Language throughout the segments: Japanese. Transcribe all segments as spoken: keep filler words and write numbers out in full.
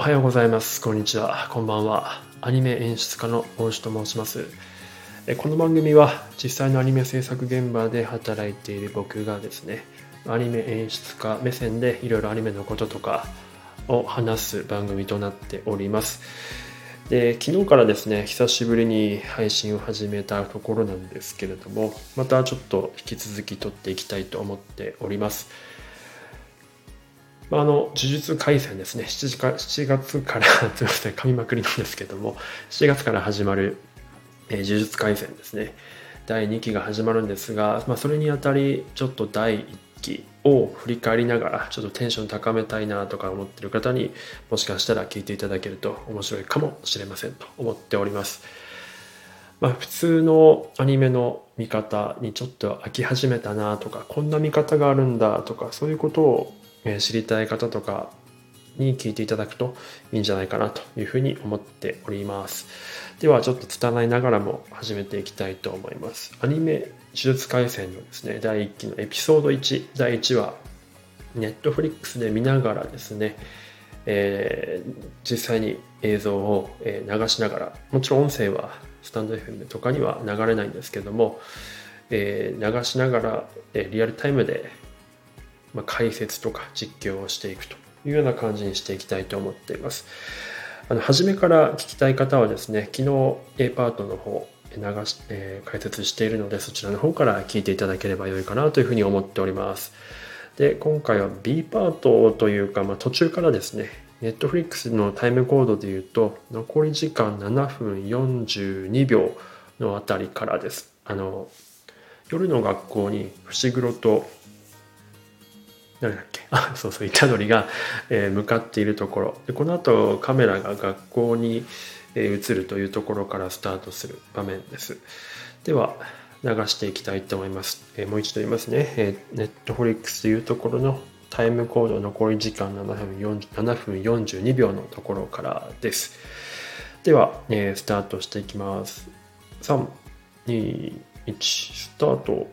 はようございます。こんにちは。こんばんは。アニメ演出家の大石と申します。この番組は実際のアニメ制作現場で働いている僕がですね、アニメ演出家目線でいろいろアニメのこととかを話す番組となっております。で、昨日からですね、久しぶりに配信を始めたところなんですけれども、またちょっと引き続き撮っていきたいと思っております。あの呪術廻戦ですね、しちがつからすみません噛みまくりなんですけども、しちがつから始まる、えー、呪術廻戦ですね、だいにきが始まるんですが、まあ、それにあたりちょっとだいいっきを振り返りながらちょっとテンション高めたいなとか思っている方にもしかしたら聞いていただけると面白いかもしれませんと思っております。まあ、普通のアニメの見方にちょっと飽き始めたなとか、こんな見方があるんだとか、そういうことを知りたい方とかに聞いていただくといいんじゃないかなというふうに思っております。ではちょっと拙いながらも始めていきたいと思います。アニメ呪術廻戦のですね、だいいっきのエピソードいち、だいいちわ、ネットフリックスで見ながらですね、えー、実際に映像を流しながら、もちろん音声はスタンド エフエム とかには流れないんですけども、えー、流しながらリアルタイムでまあ、解説とか実況をしていくというような感じにしていきたいと思っています。あの初めから聞きたい方はですね、昨日 A パートの方流し、えー、解説しているので、そちらの方から聞いていただければ良いかなというふうに思っております。で、今回は B パートというか、まあ、途中からですね、Netflix のタイムコードでいうと残り時間ななふんよんじゅうにびょうのあたりからです。あの夜の学校に伏黒と誰だっけあそうそう虎杖が、えー、向かっているところで、この後カメラが学校に、えー、映るというところからスタートする場面です。では流していきたいと思います。えー、もう一度言いますね、えー、Netflix というところのタイムコード残り時間ななふんよんじゅうにびょうのところからです。では、えー、スタートしていきます。さん、に、いちスタート。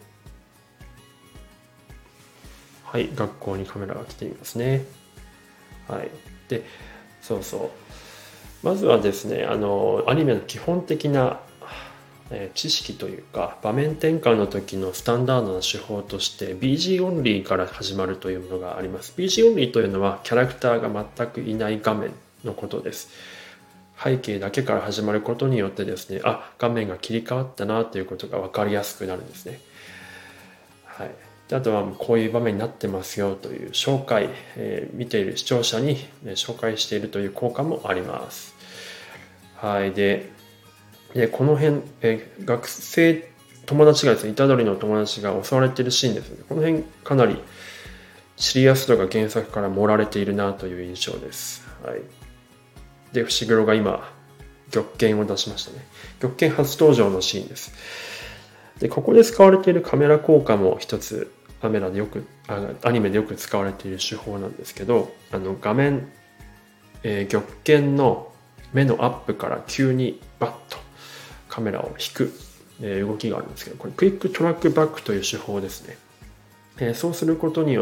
はい、学校にカメラが来ていますね。はい。で、そうそう。まずはですね、あの、アニメの基本的な、えー、知識というか、場面転換の時のスタンダードな手法として ビージー オンリーから始まるというものがあります。ビージー オンリーというのはキャラクターが全くいない画面のことです。背景だけから始まることによってですね、あ、画面が切り替わったなということが分かりやすくなるんですね。はい。あとはこういう場面になってますよという紹介、えー、見ている視聴者に紹介しているという効果もあります。はい。で、でこの辺、えー、学生友達がですね、虎杖の友達が襲われているシーンですね。この辺かなりシリアス度が原作から盛られているなという印象です。はい。で、伏黒が今玉剣を出しましたね。玉剣初登場のシーンです。で、ここで使われているカメラ効果も一つカメラでよくあアニメでよく使われている手法なんですけど、あの画面、えー、玉剣の目のアップから急にバッとカメラを引く、えー、動きがあるんですけど、これクイックトラックバックという手法ですね。えー、そうすることによって、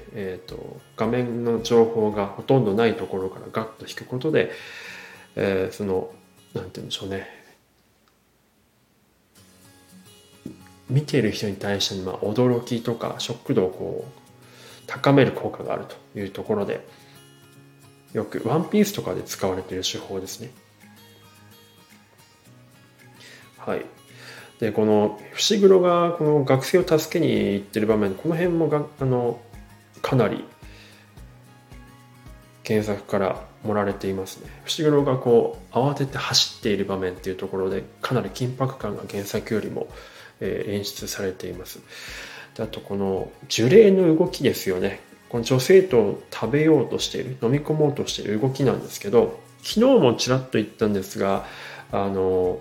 えーと、画面の情報がほとんどないところからガッと引くことで、えー、そのなんて言うんでしょうね、見ている人に対してのまあ驚きとかショック度をこう高める効果があるというところで、よくワンピースとかで使われている手法ですね。はい。で、この伏黒がこの学生を助けに行ってる場面、この辺もがあのかなり原作から盛られていますね。伏黒がこう慌てて走っている場面っていうところでかなり緊迫感が原作よりも演出されています。あとこの呪霊の動きですよね。この女性と食べようとしている、飲み込もうとしている動きなんですけど、昨日もちらっと言ったんですが、あの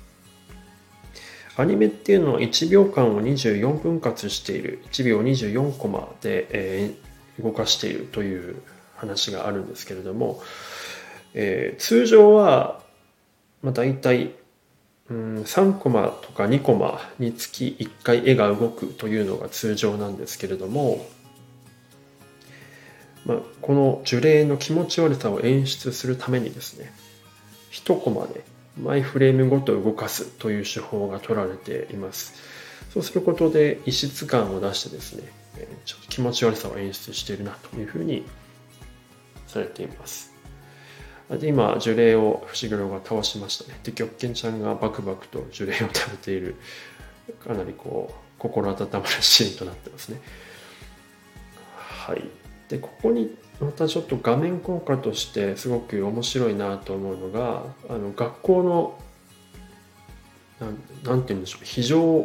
アニメっていうのはいちびょうかんをにじゅうよんぷん割している、いちびょうにじゅうよんコマで、えー、動かしているという話があるんですけれども、えー、通常は、まあ、大体うん、さんコマとかにコマにつきいっかい絵が動くというのが通常なんですけれども、 まあ、この呪霊の気持ち悪さを演出するためにですね、一コマでマイフレームごと動かすという手法が取られています。そうすることで異質感を出してですね、ちょっと気持ち悪さを演出しているなというふうにされています。で、今、呪霊を伏黒が倒しましたね。で、玉剣ちゃんがバクバクと呪霊を食べている、かなりこう、心温まるシーンとなってますね。はい。で、ここにまたちょっと画面効果としてすごく面白いなと思うのが、あの学校のなん、なんて言うんでしょう、非常、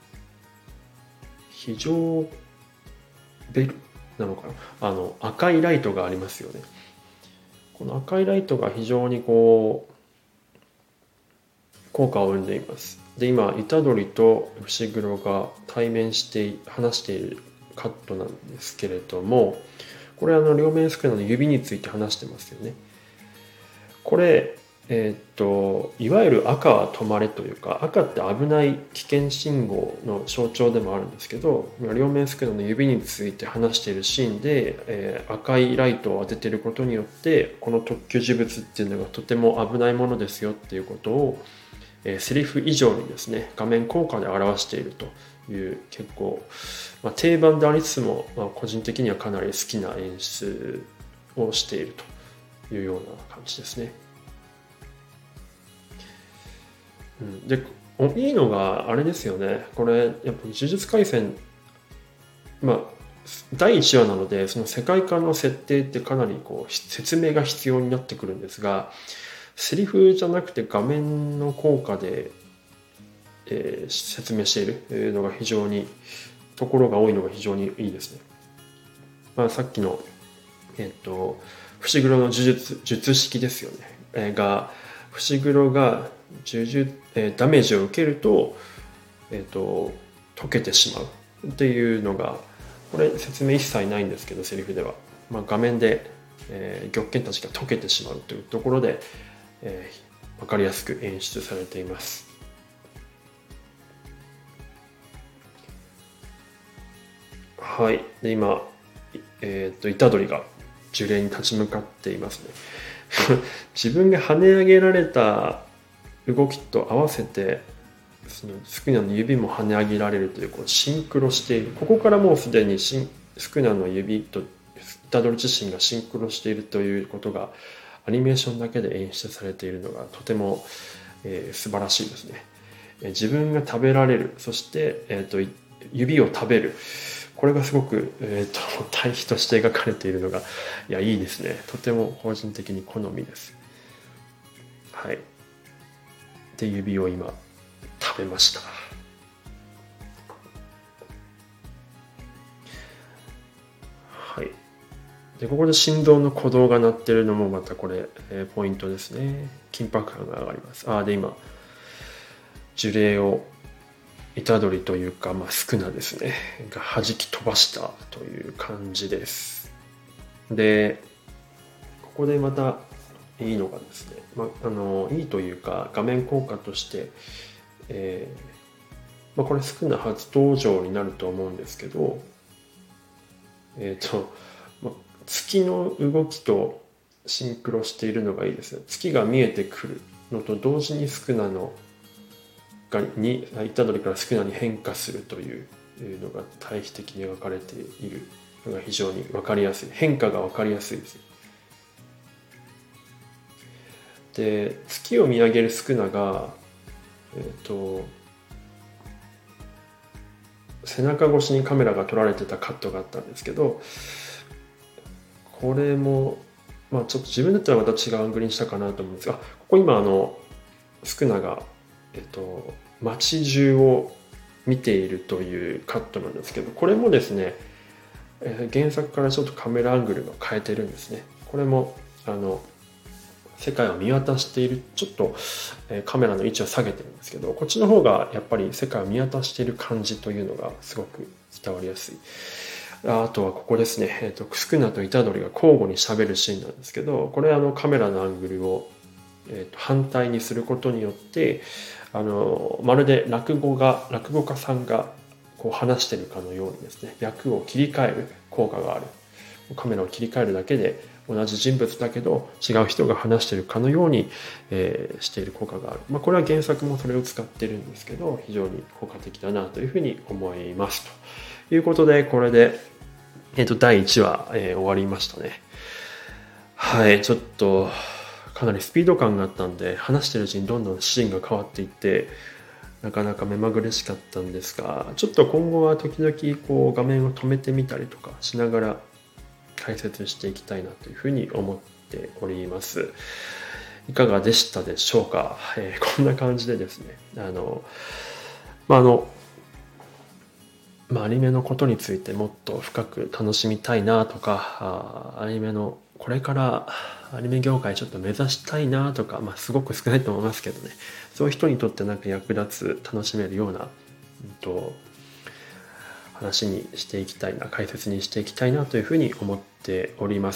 非常ベルなのかな、あの赤いライトがありますよね。この赤いライトが非常にこう効果を生んでいます。で、今虎杖と伏黒が対面して話しているカットなんですけれども、これあの両面スクエアの指について話してますよね。これえー、っといわゆる赤は止まれというか、赤って危ない危険信号の象徴でもあるんですけど、両面スクエアの指について話しているシーンで、えー、赤いライトを当てていることによって、この特級呪物っていうのがとても危ないものですよっていうことを、えー、セリフ以上にですね、画面効果で表しているという結構、まあ、定番でありつつも、まあ、個人的にはかなり好きな演出をしているというような感じですね。うん、でいいのがあれですよね。これやっぱ呪術廻戦、まあだいいちわなので、その世界観の設定ってかなりこう説明が必要になってくるんですが、セリフじゃなくて画面の効果で、えー、説明しているのが非常にところが多いのが非常にいいですね。まあ、さっきのえっ、ー、と伏黒の呪術術式ですよね、えー、が伏黒が呪術、えー、ダメージを受けると、えーと、溶けてしまうっていうのが、これ説明一切ないんですけど、セリフでは、まあ、画面で、えー、玉剣たちが溶けてしまうというところで、えー、分かりやすく演出されています。はい。で、今、えっ、ー、と虎杖が呪霊に立ち向かっていますね。自分が跳ね上げられた動きと合わせて、そのスクナの指も跳ね上げられるという、こうシンクロしている。ここからもうすでにスクナの指と虎杖自身がシンクロしているということがアニメーションだけで演出されているのがとても、えー、素晴らしいですね。えー、自分が食べられる、そして、えーと、指を食べる。これがすごく、えーと、対比として描かれているのが、いや、いいですね。とても個人的に好みです。はい。で、指を今、食べました。はい。で、ここで心臓の鼓動が鳴ってるのもまたこれ、えー、ポイントですね。緊迫感が上がります。ああ、で、今、呪霊を虎杖というか、まあ、スクナですねが弾き飛ばしたという感じです。で、ここでまたいいのがですね、まあ、あのいいというか画面効果として、えーまあ、これスクナ初登場になると思うんですけど、えっ、ー、と、まあ、月の動きとシンクロしているのがいいですね。月が見えてくるのと同時にスクナのに虎杖からスクナに変化するというのが対比的に描かれているのが非常に分かりやすい。変化が分かりやすいです。で、月を見上げるスクナが、えっと、背中越しにカメラが撮られてたカットがあったんですけど、これも、まあちょっと自分だったらまた違うアングルにしたかなと思うんですが、ここ今あの、スクナがえっと、街中を見ているというカットなんですけど、これもですね、えー、原作からちょっとカメラアングルが変えてるんですね。これもあの世界を見渡している、ちょっと、えー、カメラの位置を下げてるんですけど、こっちの方がやっぱり世界を見渡している感じというのがすごく伝わりやすい。あとはここですね、えーと、スクナと虎杖が交互に喋るシーンなんですけど、これあのカメラのアングルを、えーと、反対にすることによってあのまるで落語が落語家さんがこう話してるかのようにですね、役を切り替える効果がある。 カメラを切り替えるだけで同じ人物だけど違う人が話しているかのように、えー、している効果がある。まあ、これは原作もそれを使ってるんですけど、非常に効果的だなというふうに思いますということで、これで、えー、とだいいちわ、えー、終わりましたね。はい、ちょっとかなりスピード感があったんで、話してるうちにどんどんシーンが変わっていってなかなか目まぐるしかったんですが、ちょっと今後は時々こう画面を止めてみたりとかしながら解説していきたいなというふうに思っております。いかがでしたでしょうか。えー、こんな感じでですね、あの、まあ、あの、まあ、アニメのことについてもっと深く楽しみたいなとか、あアニメのこれからアニメ業界ちょっと目指したいなとか、まあ、すごく少ないと思いますけどね、そういう人にとってなんか役立つ、楽しめるような、うんと、話にしていきたいな、解説にしていきたいなというふうに思っております。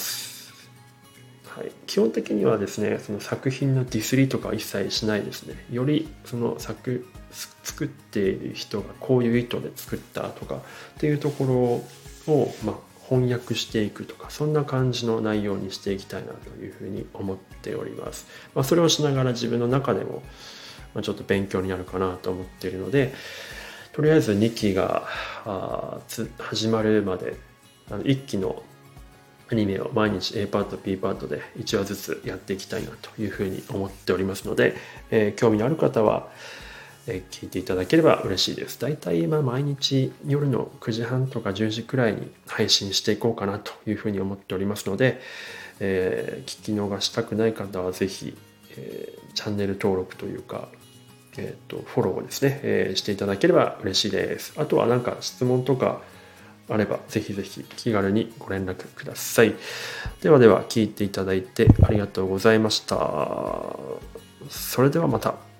はい、基本的にはですね、その作品のディスりとか一切しないですね。よりその作作っている人がこういう意図で作ったとかっていうところを、まあ、翻訳していくとか、そんな感じの内容にしていきたいなというふうに思っております。まあ、それをしながら自分の中でもちょっと勉強になるかなと思っているので、とりあえずにきが始まるまであのいっきのアニメを毎日 A パート B パートでいちわずつやっていきたいなというふうに思っておりますので、えー、興味のある方は、えー、聞いていただければ嬉しいです。だいたい今毎日夜のくじはんとかじゅうじくらいに配信していこうかなというふうに思っておりますので、えー、聞き逃したくない方はぜひ、えー、チャンネル登録というかえー、とフォローをですね、えー、していただければ嬉しいです。あとは何か質問とかあればぜひぜひ気軽にご連絡ください。ではでは聞いていただいてありがとうございました。それではまた。